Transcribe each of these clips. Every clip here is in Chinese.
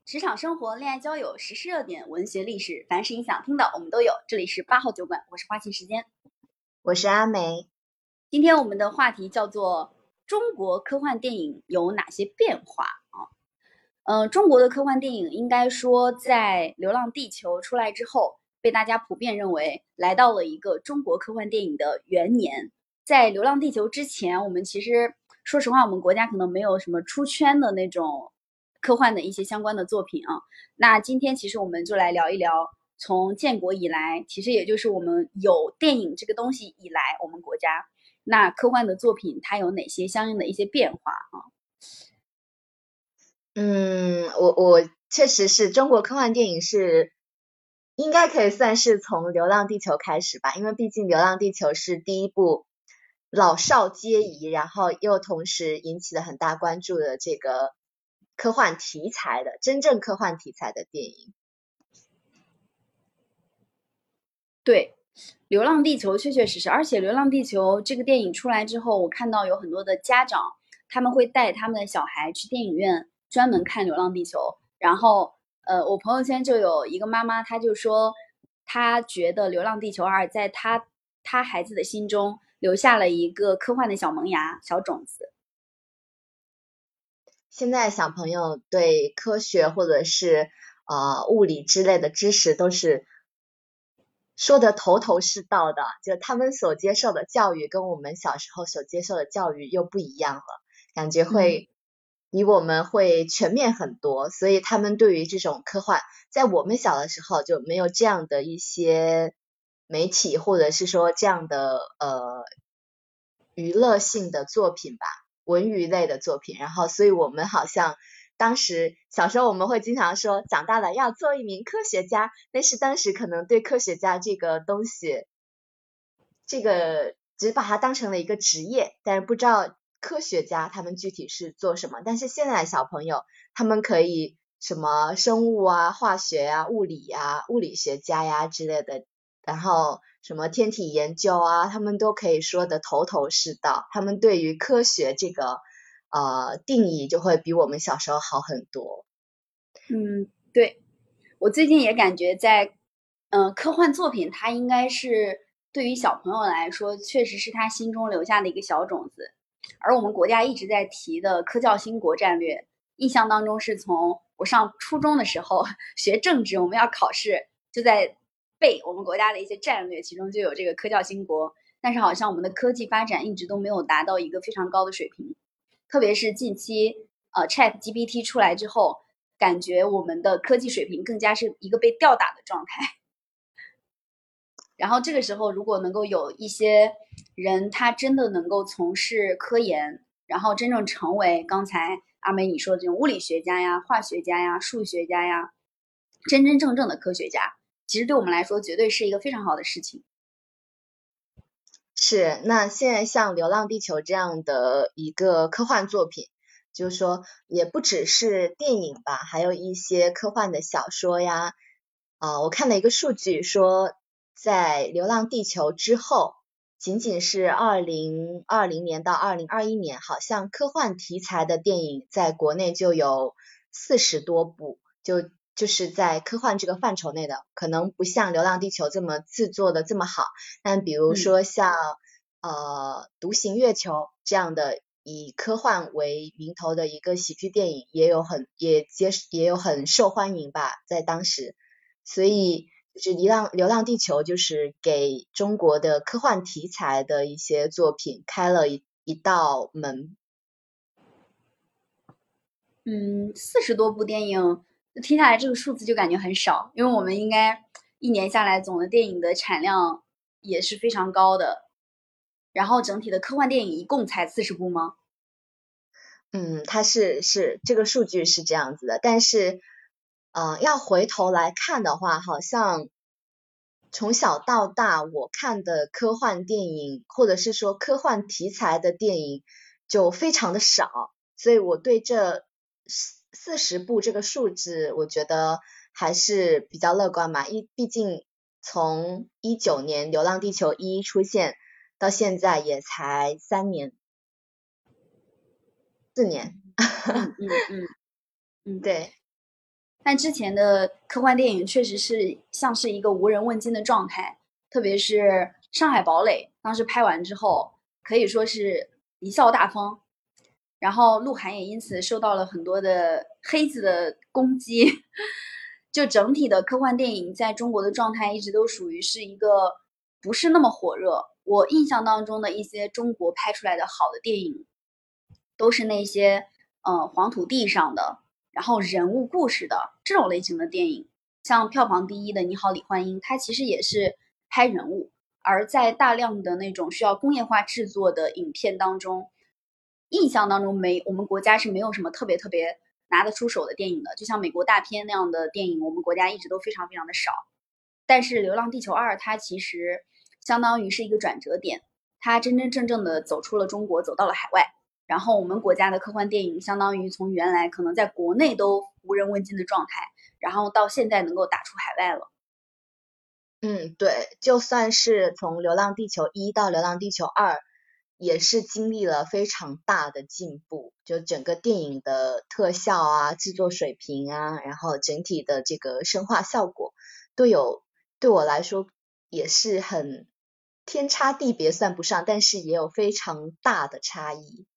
职场生活、恋爱交友、时事热点、文学历史，凡是你想听的，我们都有。这里是8号酒馆，我是花旗时间。 我是阿梅。 今天我们的话题叫做中国科幻电影有哪些变化啊？中国的科幻电影应该说在《流浪地球》出来之后，被大家普遍认为来到了一个中国科幻电影的元年。在《流浪地球》之前，我们其实说实话，我们国家可能没有什么出圈的那种科幻的一些相关的作品啊。那今天其实我们就来聊一聊，从建国以来，其实也就是我们有电影这个东西以来，我们国家那科幻的作品它有哪些相应的一些变化啊？ 我确实是中国科幻电影是应该可以算是从《流浪地球》开始吧，因为毕竟《流浪地球》是第一部老少皆宜，然后又同时引起了很大关注的这个科幻题材的真正科幻题材的电影。 对，《流浪地球》确确实实，而且《流浪地球》这个电影出来之后，我看到有很多的家长，他们会带他们的小孩去电影院专门看《流浪地球》。然后，我朋友圈就有一个妈妈，她就说，她觉得《流浪地球2》在她孩子的心中留下了一个科幻的小萌芽、小种子。 现在小朋友对科学或者是物理之类的知识都是说得头头是道的，就他们所接受的教育跟我们小时候所接受的教育又不一样了，感觉会比我们会全面很多，所以他们对于这种科幻，在我们小的时候就没有这样的一些媒体或者是说这样的娱乐性的作品吧，文娱类的作品，然后所以我们好像当时小时候我们会经常说长大了要做一名科学家，但是当时可能对科学家这个东西，这个只把它当成了一个职业，但是不知道科学家他们具体是做什么。但是现在的小朋友他们可以什么生物啊、化学啊、物理啊、物理学家呀之类的，然后什么天体研究啊，他们都可以说得头头是道。他们对于科学这个定义就会比我们小时候好很多。 对，我最近也感觉在，科幻作品它应该是对于小朋友来说，确实是他心中留下的一个小种子。而我们国家一直在提的科教兴国战略，印象当中是从我上初中的时候学政治，我们要考试，就在背我们国家的一些战略，其中就有这个科教兴国。但是好像我们的科技发展一直都没有达到一个非常高的水平，特别是近期ChatGPT 出来之后，感觉我们的科技水平更加是一个被吊打的状态。然后这个时候，如果能够有一些人，他真的能够从事科研，然后真正成为刚才阿美你说的这种物理学家呀、化学家呀、数学家呀，真真正正的科学家，其实对我们来说绝对是一个非常好的事情。 是，那现在像《流浪地球》这样的一个科幻作品，就是说也不只是电影吧，还有一些科幻的小说呀。我看了一个数据说，在《流浪地球》之后，仅仅是2020年到2021年，好像科幻题材的电影在国内就有40多部，就是在科幻这个范畴内的，可能不像《流浪地球》这么制作的这么好。但比如说像独行月球这样的以科幻为名头的一个喜剧电影，也有很受欢迎吧，在当时。所以就是流浪地球就是给中国的科幻题材的一些作品开了一道门。 40多部电影，听下来这个数字就感觉很少，因为我们应该一年下来总的电影的产量也是非常高的。然后整体的科幻电影一共才40部吗？ 它是这个数据是这样子的，但是要回头来看的话，好像从小到大我看的科幻电影，或者是说科幻题材的电影就非常的少，所以我对这40部这个数字，我觉得还是比较乐观嘛。毕竟从19年《流浪地球1》出现到现在也才3年4年。 嗯嗯嗯嗯， 对。 但之前的科幻电影确实是像是一个无人问津的状态，特别是《上海堡垒》当时拍完之后，可以说是贻笑大方，然后鹿晗也因此受到了很多的黑子的攻击。就整体的科幻电影在中国的状态一直都属于是一个不是那么火热。我印象当中的一些中国拍出来的好的电影，都是那些黄土地上的，然后人物故事的这种类型的电影。像票房第一的《你好，李焕英》，它其实也是拍人物，而在大量的那种需要工业化制作的影片当中，印象当中我们国家是没有什么特别特别拿得出手的电影的。就像美国大片那样的电影，我们国家一直都非常非常的少。但是《流浪地球2》它其实相当于是一个转折点，它真真正正的走出了中国，走到了海外。然后我们国家的科幻电影相当于从原来可能在国内都无人问津的状态，然后到现在能够打出海外了。 对，就算是从《流浪地球1》到《流浪地球2》，也是经历了非常大的进步，就整个电影的特效啊、制作水平啊，然后整体的这个声画效果都有，对我来说也是很天差地别算不上，但是也有非常大的差异。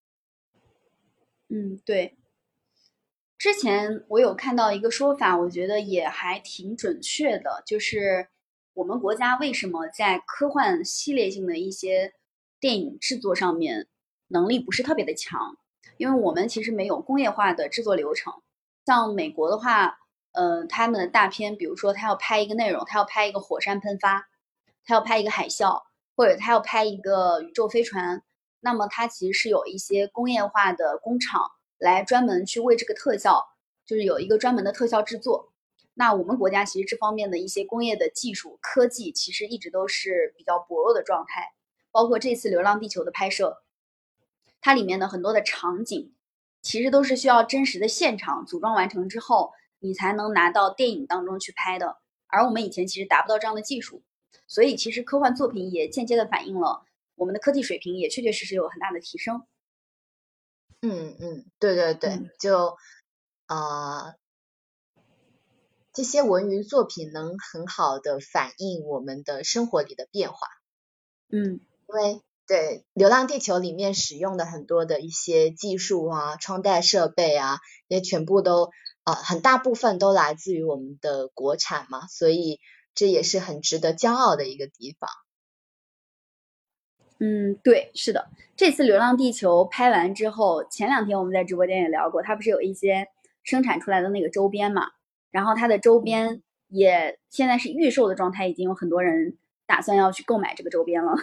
对。之前我有看到一个说法，我觉得也还挺准确的，就是我们国家为什么在科幻系列性的一些电影制作上面能力不是特别的强，因为我们其实没有工业化的制作流程。像美国的话，他们的大片，比如说他要拍一个内容，他要拍一个火山喷发，他要拍一个海啸，或者他要拍一个宇宙飞船，那么它其实是有一些工业化的工厂来专门去为这个特效，就是有一个专门的特效制作。那我们国家其实这方面的一些工业的技术科技，其实一直都是比较薄弱的状态。包括这次《流浪地球》的拍摄，它里面的很多的场景，其实都是需要真实的现场组装完成之后，你才能拿到电影当中去拍的。而我们以前其实达不到这样的技术，所以其实科幻作品也间接的反映了我们的科技水平也确确实实有很大的提升。 对对对，就这些文娱作品能很好的反映我们的生活里的变化。因为对《流浪地球》里面使用的很多的一些技术啊、穿戴设备啊，也全部都很大部分都来自于我们的国产嘛，所以这也是很值得骄傲的一个地方。 对，是的。这次《流浪地球》拍完之后，前2天我们在直播间也聊过，它不是有一些生产出来的那个周边嘛？然后它的周边也现在是预售的状态，已经有很多人打算要去购买这个周边了。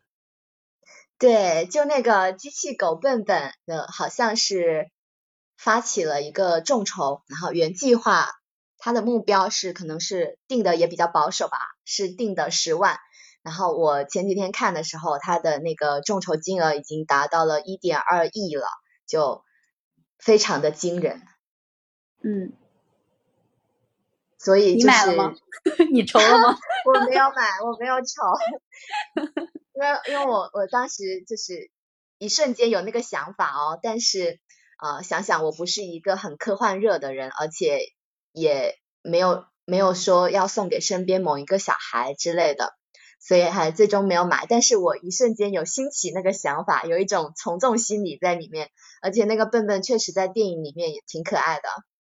对，就那个机器狗笨笨好像是发起了一个众筹，然后原计划它的目标是可能是定的也比较保守吧，是定的10万。然后我前几天看的时候，它的那个众筹金额已经达到了1.2亿了，就非常的惊人。所以你买了吗？你筹了吗？ 我没有买，我没有筹。因为我当时就是一瞬间有那个想法哦，但是想想我不是一个很科幻热的人，而且也没有说要送给身边某一个小孩之类的，所以还最终没有买。但是我一瞬间有兴起那个想法，有一种从众心理在里面，而且那个笨笨确实在电影里面也挺可爱的。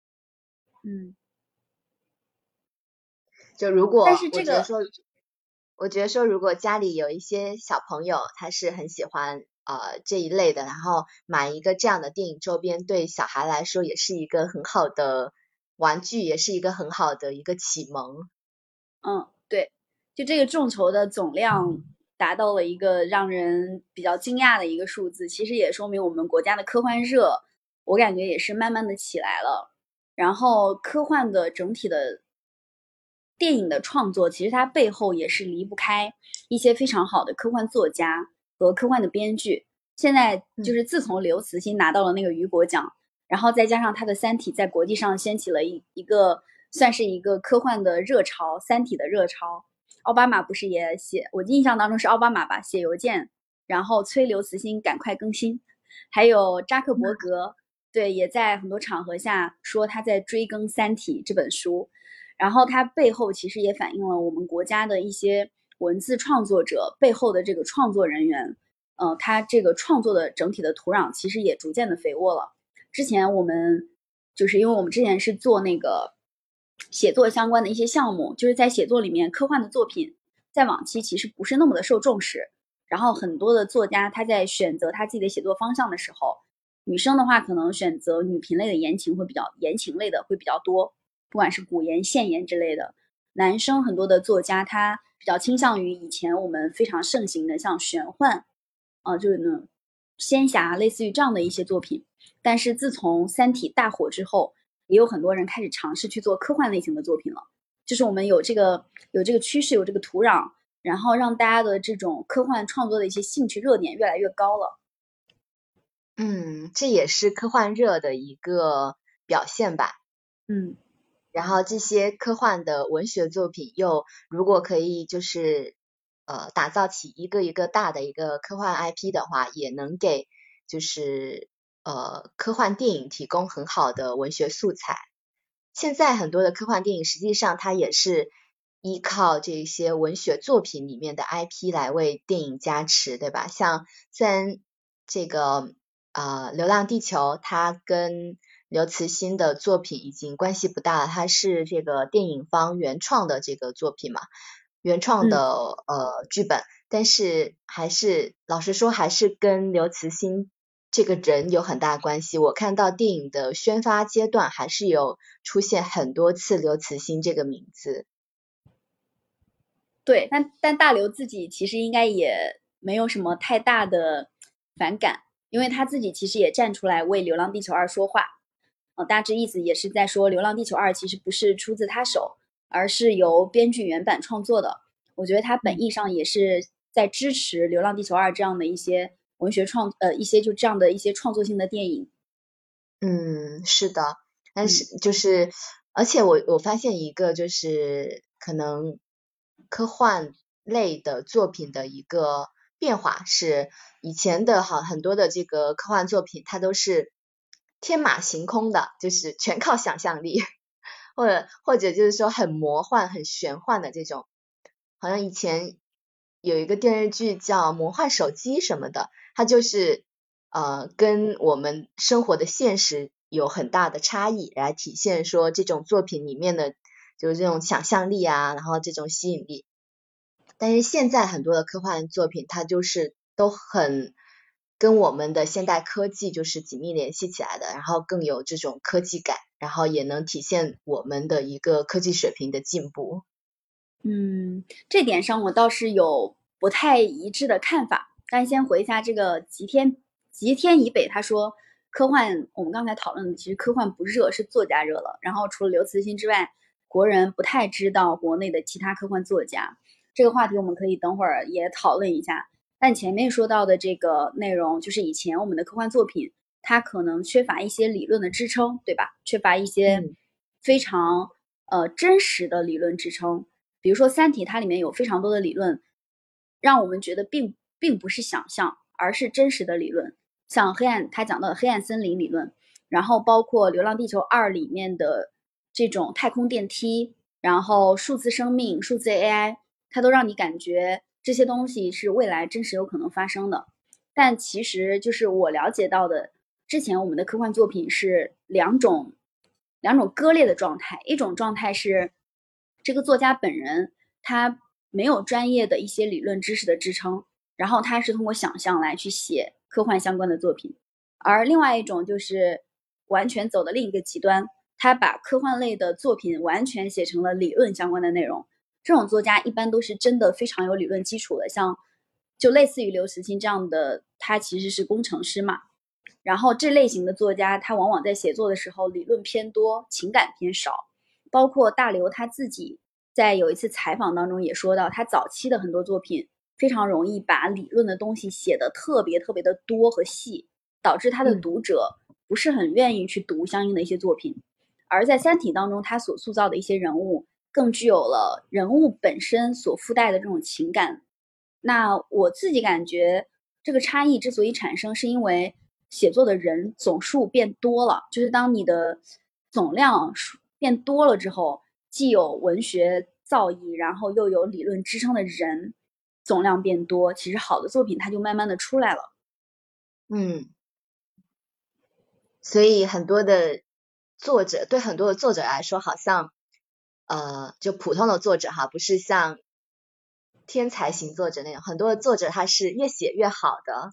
就如果但是我觉得说，如果家里有一些小朋友，他是很喜欢这一类的，然后买一个这样的电影周边，对小孩来说也是一个很好的玩具，也是一个很好的一个启蒙。 对，就这个众筹的总量达到了一个让人比较惊讶的一个数字，其实也说明我们国家的科幻热，我感觉也是慢慢的起来了。然后科幻的整体的电影的创作，其实它背后也是离不开一些非常好的科幻作家和科幻的编剧。现在就是自从刘慈欣拿到了那个雨果奖，然后再加上他的《三体》在国际上掀起了一个算是一个科幻的热潮，《三体》的热潮。奥巴马不是也写，我印象当中是奥巴马吧，写邮件然后催刘慈欣赶快更新。还有扎克伯格对，也在很多场合下说他在追更《三体》这本书，然后它背后其实也反映了我们国家的一些文字创作者背后的这个创作人员，他这个创作的整体的土壤其实也逐渐的肥沃了。之前我们就是因为我们之前是做那个写作相关的一些项目，就是在写作里面科幻的作品在往期其实不是那么的受重视，然后很多的作家他在选择他自己的写作方向的时候，女生的话可能选择女频类的言情类的会比较多，不管是古言、现言之类的。男生很多的作家他比较倾向于以前我们非常盛行的像玄幻，就是呢仙侠类似于这样的一些作品。但是自从《三体》大火之后，也有很多人开始尝试去做科幻类型的作品了。就是我们有这个趋势，有这个土壤，然后让大家的这种科幻创作的一些兴趣热点越来越高了。 这也是科幻热的一个表现吧。然后这些科幻的文学作品又如果可以就是打造起一个一个大的一个科幻 IP 的话，也能给就是科幻电影提供很好的文学素材。现在很多的科幻电影实际上它也是依靠这些文学作品里面的 IP 来为电影加持，对吧？像虽然这个流浪地球它跟刘慈欣的作品已经关系不大了，它是这个电影方原创的这个作品嘛，原创的剧本，但是还是老实说还是跟刘慈欣这个人有很大关系。我看到电影的宣发阶段还是有出现很多次刘慈欣这个名字。 对，但大刘自己其实应该也没有什么太大的反感，因为他自己其实也站出来为《流浪地球二》说话。大致意思也是在说，《流浪地球二》其实不是出自他手，而是由编剧原版创作的。我觉得他本意上也是在支持《流浪地球二》这样的一些文学一些就这样的一些创作性的电影。 是的，但是就是而且我发现一个就是可能科幻类的作品的一个变化是，以前的很多的这个科幻作品它都是天马行空的，就是全靠想象力，或者就是说很魔幻很玄幻的这种，好像以前有一个电视剧叫《魔幻手机》什么的，它就是跟我们生活的现实有很大的差异，来体现说这种作品里面的就是这种想象力啊，然后这种吸引力。但是现在很多的科幻作品，它就是都很跟我们的现代科技就是紧密联系起来的，然后更有这种科技感，然后也能体现我们的一个科技水平的进步。 这点上我倒是有不太一致的看法。但先回一下这个吉天以北，他说科幻，我们刚才讨论的其实科幻不热，是作家热了。然后除了刘慈欣之外，国人不太知道国内的其他科幻作家。这个话题我们可以等会儿也讨论一下。但前面说到的这个内容，就是以前我们的科幻作品，它可能缺乏一些理论的支撑，对吧？缺乏一些非常真实的理论支撑。比如说《三体》，它里面有非常多的理论，让我们觉得并不是想象，而是真实的理论。像他讲到的黑暗森林理论，然后包括《流浪地球二》里面的这种太空电梯，然后数字生命、数字 AI，它都让你感觉这些东西是未来真实有可能发生的。但其实就是我了解到的，之前我们的科幻作品是两种割裂的状态，一种状态是这个作家本人他没有专业的一些理论知识的支撑，然后他是通过想象来去写科幻相关的作品，而另外一种就是完全走的另一个极端，他把科幻类的作品完全写成了理论相关的内容。这种作家一般都是真的非常有理论基础的，像就类似于刘慈欣这样的，他其实是工程师嘛。然后这类型的作家，他往往在写作的时候理论偏多，情感偏少。包括大刘他自己在有一次采访当中也说到，他早期的很多作品非常容易把理论的东西写得特别特别的多和细，导致他的读者不是很愿意去读相应的一些作品。而在《三体》当中，他所塑造的一些人物，更具有了人物本身所附带的这种情感。那我自己感觉，这个差异之所以产生，是因为写作的人总数变多了，就是当你的总量变多了之后，既有文学造诣，然后又有理论支撑的人总量变多，其实好的作品它就慢慢的出来了。 所以很多的作者，对很多的作者来说，好像就普通的作者哈，不是像天才型作者那种，很多的作者他是越写越好的。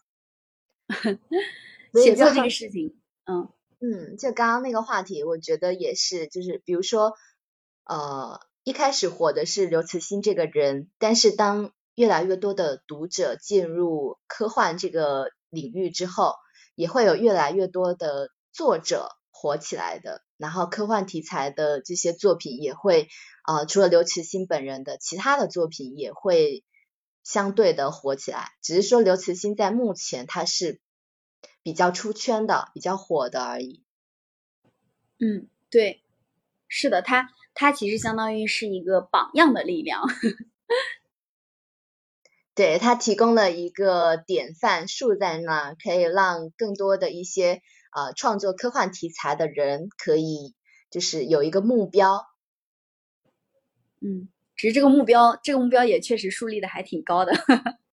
写作这个事情， 就刚刚那个话题，我觉得也是，就是比如说一开始火的是刘慈欣这个人，但是当越来越多的读者进入科幻这个领域之后，也会有越来越多的作者火起来的，然后科幻题材的这些作品也会除了刘慈欣本人的其他的作品也会相对的火起来，只是说刘慈欣在目前他是比较出圈的，比较火的而已。 对，是的，他其实相当于是一个榜样的力量。 对，他提供了一个典范树在那，可以让更多的一些创作科幻题材的人可以就是有一个目标。 只是这个目标也确实树立的还挺高的。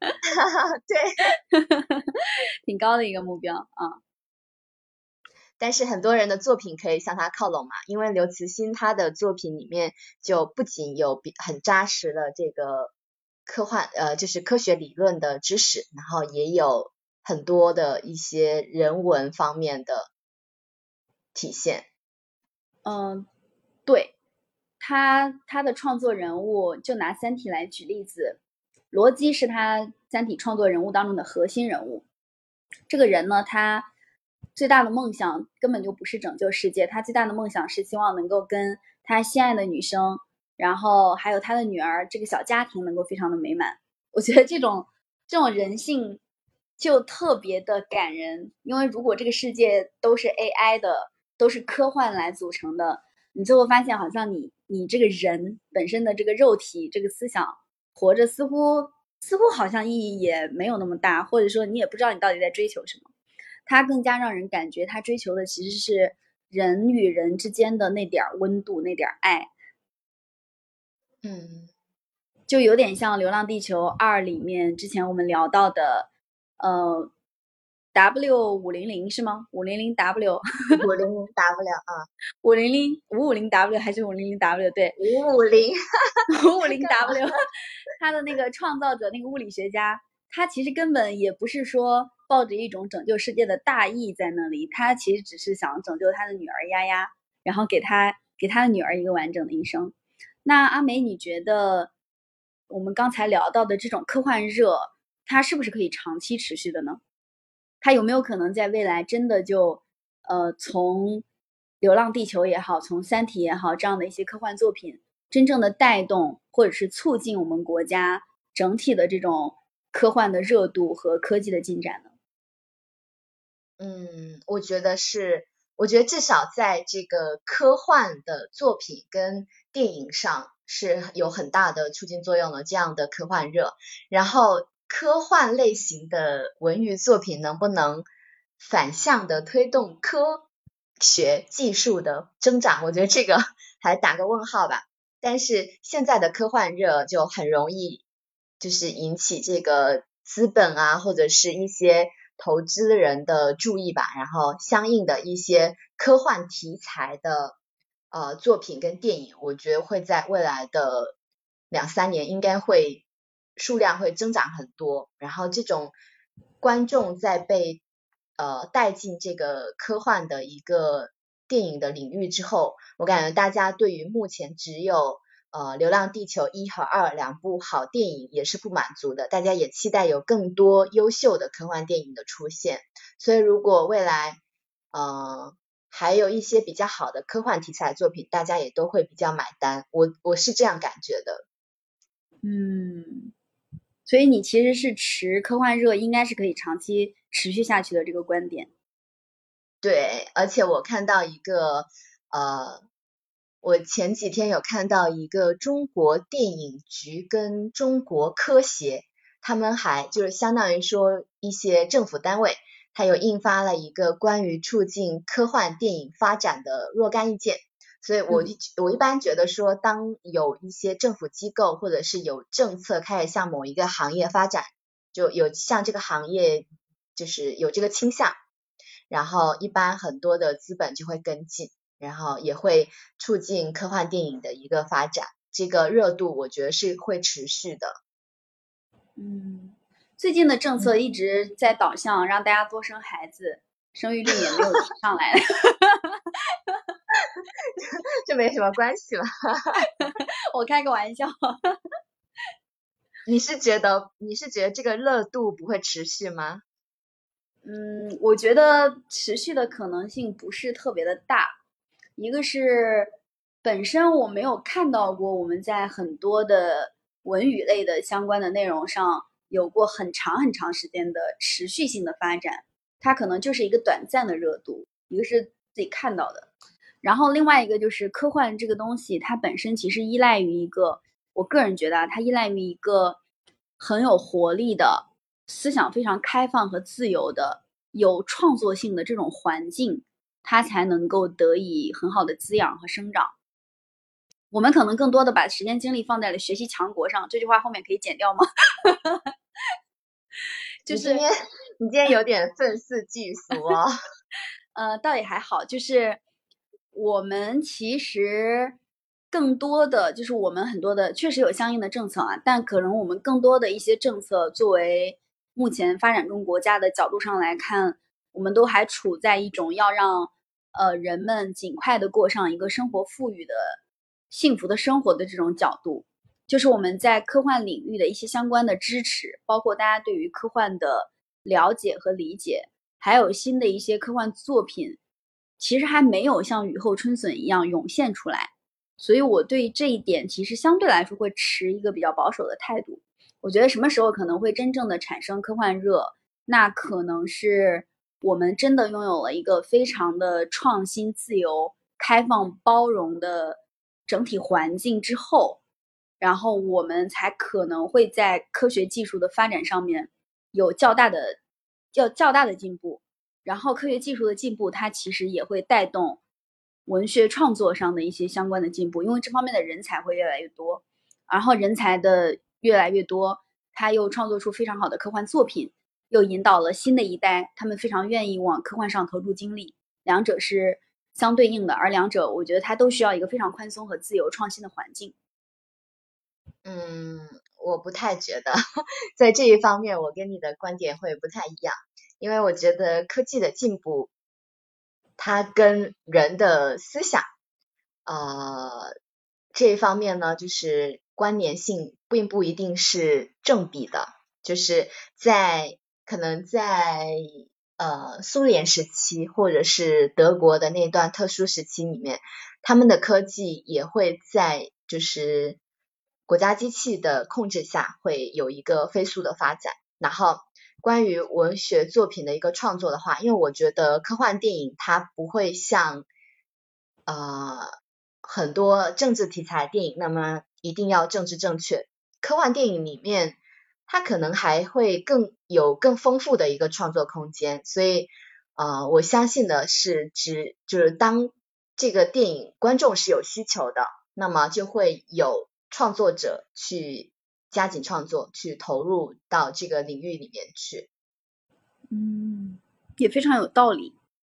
对， 挺高的一个目标啊。 但是很多人的作品可以向他靠拢嘛，因为刘慈欣他的作品里面就不仅有很扎实的这个科幻就是科学理论的知识，然后也有很多的一些人文方面的体现。 对，他的创作人物，就拿《三体》来举例子，罗辑是他《三体》创作人物当中的核心人物。这个人呢，他最大的梦想根本就不是拯救世界，他最大的梦想是希望能够跟他心爱的女生，然后还有他的女儿，这个小家庭能够非常的美满。我觉得这种人性就特别的感人，因为如果这个世界都是 AI 的，都是科幻来组成的，你最后发现好像你这个人本身的这个肉体这个思想活着似乎好像意义也没有那么大，或者说你也不知道你到底在追求什么。它更加让人感觉他追求的其实是人与人之间的那点温度，那点爱。就有点像《流浪地球2》里面之前我们聊到的W500是吗？500W 500W 啊 550W 还是500W？对 ，550 550W 他的那个创造者，那个物理学家，他其实根本也不是说抱着一种拯救世界的大义在那里，他其实只是想拯救他的女儿丫丫，然后给他的女儿一个完整的一生。那阿梅，你觉得我们刚才聊到的这种科幻热，它是不是可以长期持续的呢？它有没有可能在未来真的就从《流浪地球》也好，从《三体》也好，这样的一些科幻作品，真正的带动或者是促进我们国家整体的这种科幻的热度和科技的进展呢？ 我觉得是，我觉得至少在这个科幻的作品跟电影上是有很大的促进作用的，这样的科幻热。然后科幻类型的文娱作品能不能反向的推动科学技术的增长，我觉得这个还打个问号吧。但是现在的科幻热就很容易就是引起这个资本啊，或者是一些投资人的注意吧，然后相应的一些科幻题材的作品跟电影，我觉得会在未来的2-3年应该会数量会增长很多，然后这种观众在被带进这个科幻的一个电影的领域之后，我感觉大家对于目前只有流浪地球1和2两部好电影也是不满足的，大家也期待有更多优秀的科幻电影的出现，所以如果未来还有一些比较好的科幻题材作品，大家也都会比较买单，我是这样感觉的。 所以你其实是持科幻热应该是可以长期持续下去的这个观点。 对，而且我看到一个我前几天有看到一个中国电影局跟中国科协，他们还就是相当于说一些政府单位， 它有印发了一个关于促进科幻电影发展的若干意见。所以我一般觉得说，当有一些政府机构或者是有政策开始向某一个行业发展，就有向这个行业就是有这个倾向，然后一般很多的资本就会跟进，然后也会促进科幻电影的一个发展，这个热度我觉得是会持续的。 最近的政策一直在导向让大家多生孩子，生育率也没有提上来。 这没什么关系了。 我开个玩笑。 你是觉得这个热度不会持续吗？ 我觉得持续的可能性不是特别的大。一个是本身我没有看到过我们在很多的文语类的相关的内容上有过很长很长时间的持续性的发展，它可能就是一个短暂的热度，一个是自己看到的。然后另外一个就是科幻这个东西，它本身其实依赖于一个，我个人觉得它依赖于一个很有活力的、思想非常开放和自由的、有创作性的这种环境，它才能够得以很好的滋养和生长。我们可能更多的把时间精力放在了学习强国上，这句话后面可以剪掉吗？就是你今天有点愤世嫉俗哦。 倒也还好，就是我们其实更多的就是我们很多的确实有相应的政策啊，但可能我们更多的一些政策作为目前发展中国家的角度上来看，我们都还处在一种要让人们尽快的过上一个生活富裕的幸福的生活的这种角度。就是我们在科幻领域的一些相关的支持，包括大家对于科幻的了解和理解，还有新的一些科幻作品，其实还没有像雨后春笋一样涌现出来。所以我对这一点其实相对来说会持一个比较保守的态度。我觉得什么时候可能会真正的产生科幻热，那可能是我们真的拥有了一个非常的创新、自由、开放、包容的整体环境之后，然后我们才可能会在科学技术的发展上面有较大的进步。然后科学技术的进步，它其实也会带动文学创作上的一些相关的进步，因为这方面的人才会越来越多，然后人才的越来越多，他又创作出非常好的科幻作品，又引导了新的一代，他们非常愿意往科幻上投入精力，两者是相对应的，而两者我觉得它都需要一个非常宽松和自由创新的环境。 我不太觉得，在这一方面我跟你的观点会不太一样，因为我觉得科技的进步，它跟人的思想，这一方面呢，就是关联性并不一定是正比的，就是可能在苏联时期或者是德国的那段特殊时期里面，他们的科技也会在就是国家机器的控制下会有一个飞速的发展。然后关于文学作品的一个创作的话，因为我觉得科幻电影它不会像很多政治题材电影那么一定要政治正确，科幻电影里面它可能还会更丰富的一个创作空间。所以我相信的是就是当这个电影观众是有需求的，那么就会有创作者去加紧创作，去投入到这个领域里面去。 也非常有道理。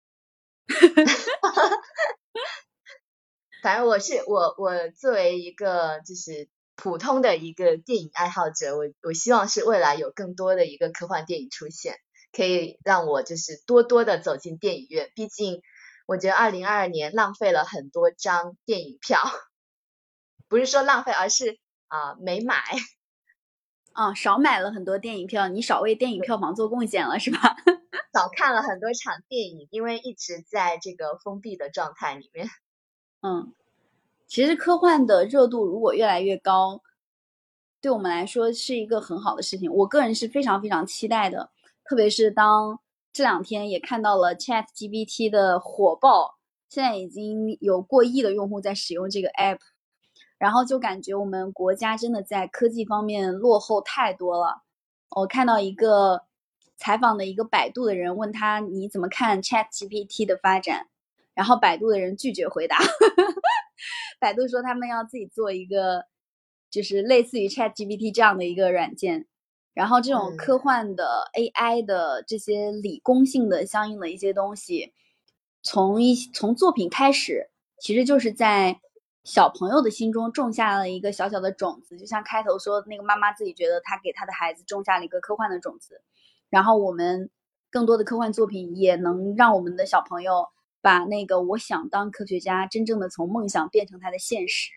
反正我作为一个就是普通的一个电影爱好者，我希望是未来有更多的一个科幻电影出现，可以让我就是多多的走进电影院。毕竟我觉得2022年浪费了很多张电影票，不是说浪费，而是没买。 少买了很多电影票，你少为电影票房做贡献了是吧？ 少看了很多场电影，因为一直在这个封闭的状态里面。 其实科幻的热度如果越来越高，对我们来说是一个很好的事情。我个人是非常非常期待的，特别是当这两天也看到了 ChatGPT 的火爆，现在已经有过亿的用户在使用这个 app， 然后就感觉我们国家真的在科技方面落后太多了。我看到一个采访的一个百度的人，问他你怎么看 ChatGPT 的发展，然后百度的人拒绝回答。百度说他们要自己做一个就是类似于 ChatGPT 这样的一个软件，然后这种科幻的 AI 的这些理工性的相应的一些东西，从作品开始，其实就是在小朋友的心中种下了一个小小的种子，就像开头说那个妈妈自己觉得她给她的孩子种下了一个科幻的种子，然后我们更多的科幻作品也能让我们的小朋友把那个我想当科学家真正的从梦想变成他的现实。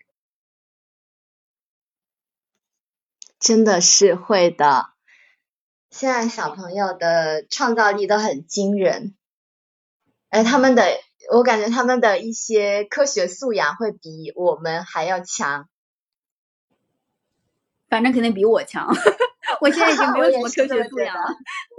真的是会的，现在小朋友的创造力都很惊人，我感觉他们的一些科学素养会比我们还要强。 反正肯定比我强。我现在已经没有什么科学素养了。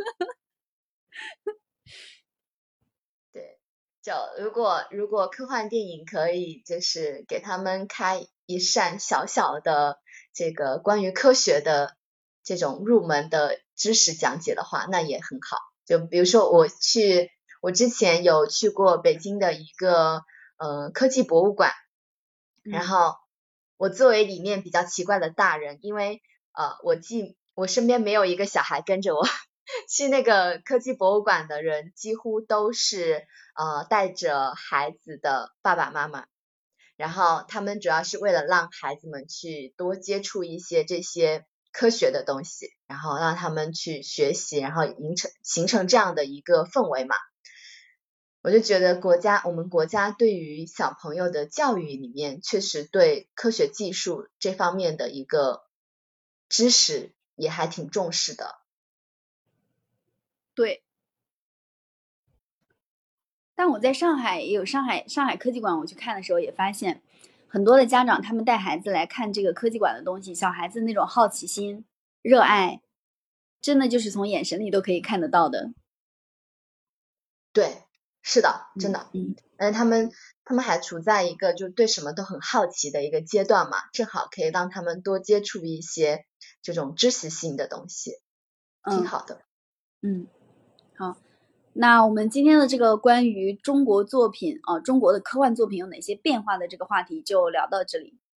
对，就如果科幻电影可以就是给他们开一扇小小的这个关于科学的这种入门的知识讲解的话，那也很好。就比如说我之前有去过北京的一个科技博物馆，然后我作为里面比较奇怪的大人，因为我身边没有一个小孩跟着我去那个科技博物馆的人几乎都是带着孩子的爸爸妈妈，然后他们主要是为了让孩子们去多接触一些这些科学的东西，然后让他们去学习，然后形成这样的一个氛围嘛。我就觉得我们国家对于小朋友的教育里面，确实对科学技术这方面的一个知识也还挺重视的。 对。但我在上海也有上海科技馆，我去看的时候也发现，很多的家长他们带孩子来看这个科技馆的东西，小孩子那种好奇心、热爱，真的就是从眼神里都可以看得到的。 对，是的，真的。他们还处在一个就对什么都很好奇的一个阶段嘛，正好可以让他们多接触一些这种知识性的东西，挺好的。 好，那我们今天的这个关于中国作品中国的科幻作品有哪些变化的这个话题就聊到这里。